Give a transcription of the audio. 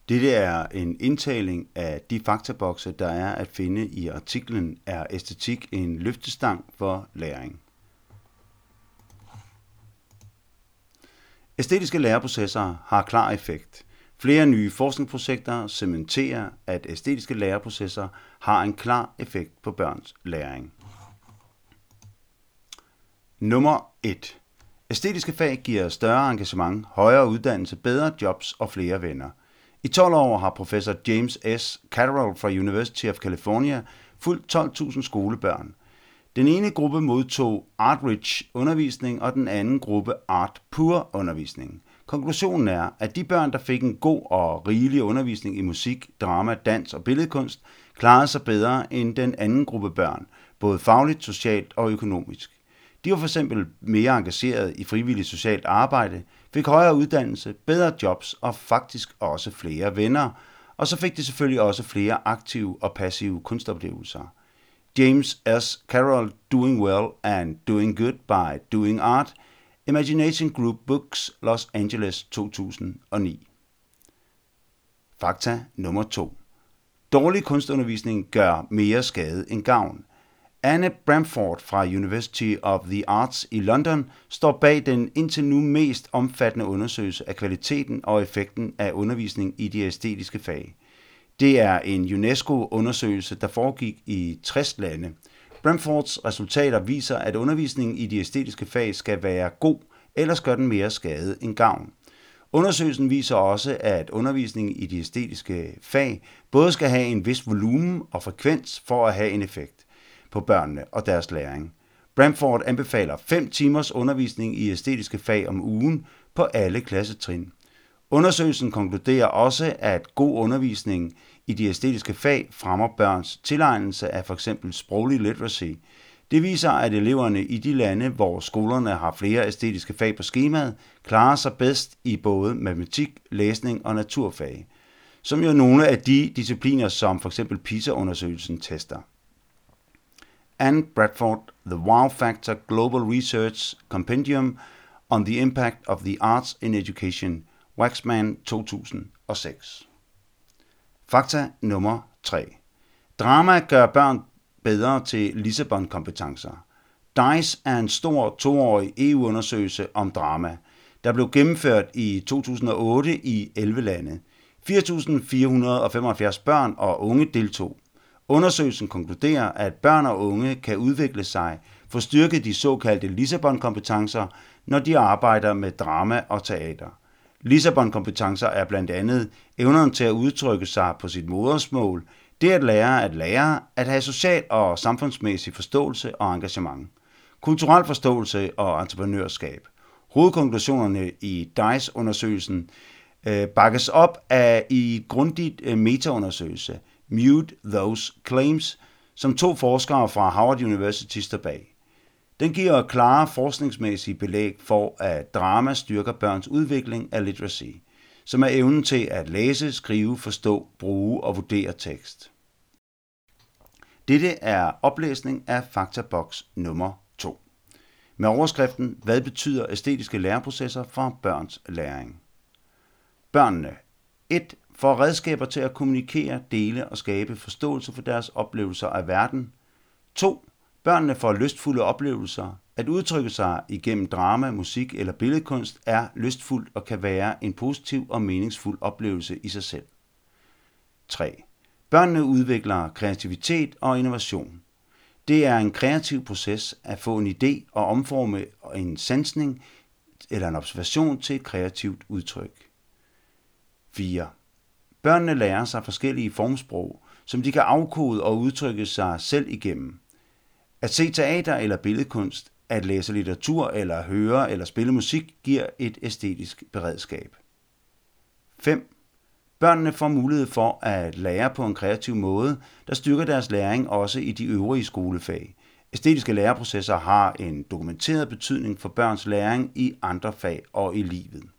Dette er en indtaling af de faktabokse, der er at finde i artiklen Er æstetik en løftestang for læring? Æstetiske læreprocesser har klar effekt. Flere nye forskningsprojekter cementerer, at æstetiske læreprocesser har en klar effekt på børns læring. Nummer 1. Æstetiske fag giver større engagement, højere uddannelse, bedre jobs og flere venner. I 12 år har professor James S. Catterall fra University of California fulgt 12.000 skolebørn. Den ene gruppe modtog Art-Rich undervisning, og den anden gruppe Art-Poor undervisning. Konklusionen er, at de børn, der fik en god og rigelig undervisning i musik, drama, dans og billedkunst, klarede sig bedre end den anden gruppe børn, både fagligt, socialt og økonomisk. De var f.eks. mere engageret i frivilligt socialt arbejde, fik højere uddannelse, bedre jobs og faktisk også flere venner, og så fik de selvfølgelig også flere aktive og passive kunstoplevelser. James S. Carroll, Doing Well and Doing Good by Doing Art, Imagination Group Books, Los Angeles 2009. Fakta nummer 2. Dårlig kunstundervisning gør mere skade end gavn. Anne Bramford fra University of the Arts i London står bag den indtil nu mest omfattende undersøgelse af kvaliteten og effekten af undervisning i de æstetiske fag. Det er en UNESCO-undersøgelse, der foregik i 60 lande. Bramfords resultater viser, at undervisningen i de æstetiske fag skal være god, ellers gør den mere skade end gavn. Undersøgelsen viser også, at undervisningen i de æstetiske fag både skal have en vis volumen og frekvens for at have en effekt på børnene og deres læring. Bramford anbefaler 5 timers undervisning i æstetiske fag om ugen på alle klassetrin. Undersøgelsen konkluderer også, at god undervisning i de æstetiske fag fremmer børns tilegnelse af f.eks. sproglig literacy. Det viser, at eleverne i de lande, hvor skolerne har flere æstetiske fag på skemaet, klarer sig bedst i både matematik, læsning og naturfag, som jo er nogle af de discipliner, som f.eks. PISA-undersøgelsen tester. Anne Bradford, The Wow Factor Global Research Compendium on the Impact of the Arts in Education, Waxman 2006. Fakta nummer 3. Drama gør børn bedre til Lissabon-kompetencer. DICE er en stor 2-årig EU-undersøgelse om drama, der blev gennemført i 2008 i 11 lande. 4.475 børn og unge deltog. Undersøgelsen konkluderer, at børn og unge kan udvikle sig, få styrket de såkaldte Lissabon-kompetencer, når de arbejder med drama og teater. Lissabon-kompetencer er blandt andet evnen til at udtrykke sig på sit modersmål, det at lære, at have social og samfundsmæssig forståelse og engagement, kulturel forståelse og entreprenørskab. Hovedkonklusionerne i DICE-undersøgelsen bakkes op af i grundigt metaundersøgelse, Mute Those Claims, som 2 forskere fra Harvard University står bag. Den giver klare forskningsmæssige belæg for, at drama styrker børns udvikling af literacy, som er evnen til at læse, skrive, forstå, bruge og vurdere tekst. Dette er oplæsning af faktaboks nummer 2. Med overskriften, hvad betyder æstetiske læreprocesser for børns læring? Børnene 1. Får redskaber til at kommunikere, dele og skabe forståelse for deres oplevelser af verden. 2. Børnene får lystfulde oplevelser. At udtrykke sig igennem drama, musik eller billedkunst er lystfuldt og kan være en positiv og meningsfuld oplevelse i sig selv. 3. Børnene udvikler kreativitet og innovation. Det er en kreativ proces at få en idé og omforme en sansning eller en observation til et kreativt udtryk. 4. Børnene lærer sig forskellige formsprog, som de kan afkode og udtrykke sig selv igennem. At se teater eller billedkunst, at læse litteratur eller høre eller spille musik giver et æstetisk beredskab. 5. Børnene får mulighed for at lære på en kreativ måde, der styrker deres læring også i de øvrige skolefag. Æstetiske læreprocesser har en dokumenteret betydning for børns læring i andre fag og i livet.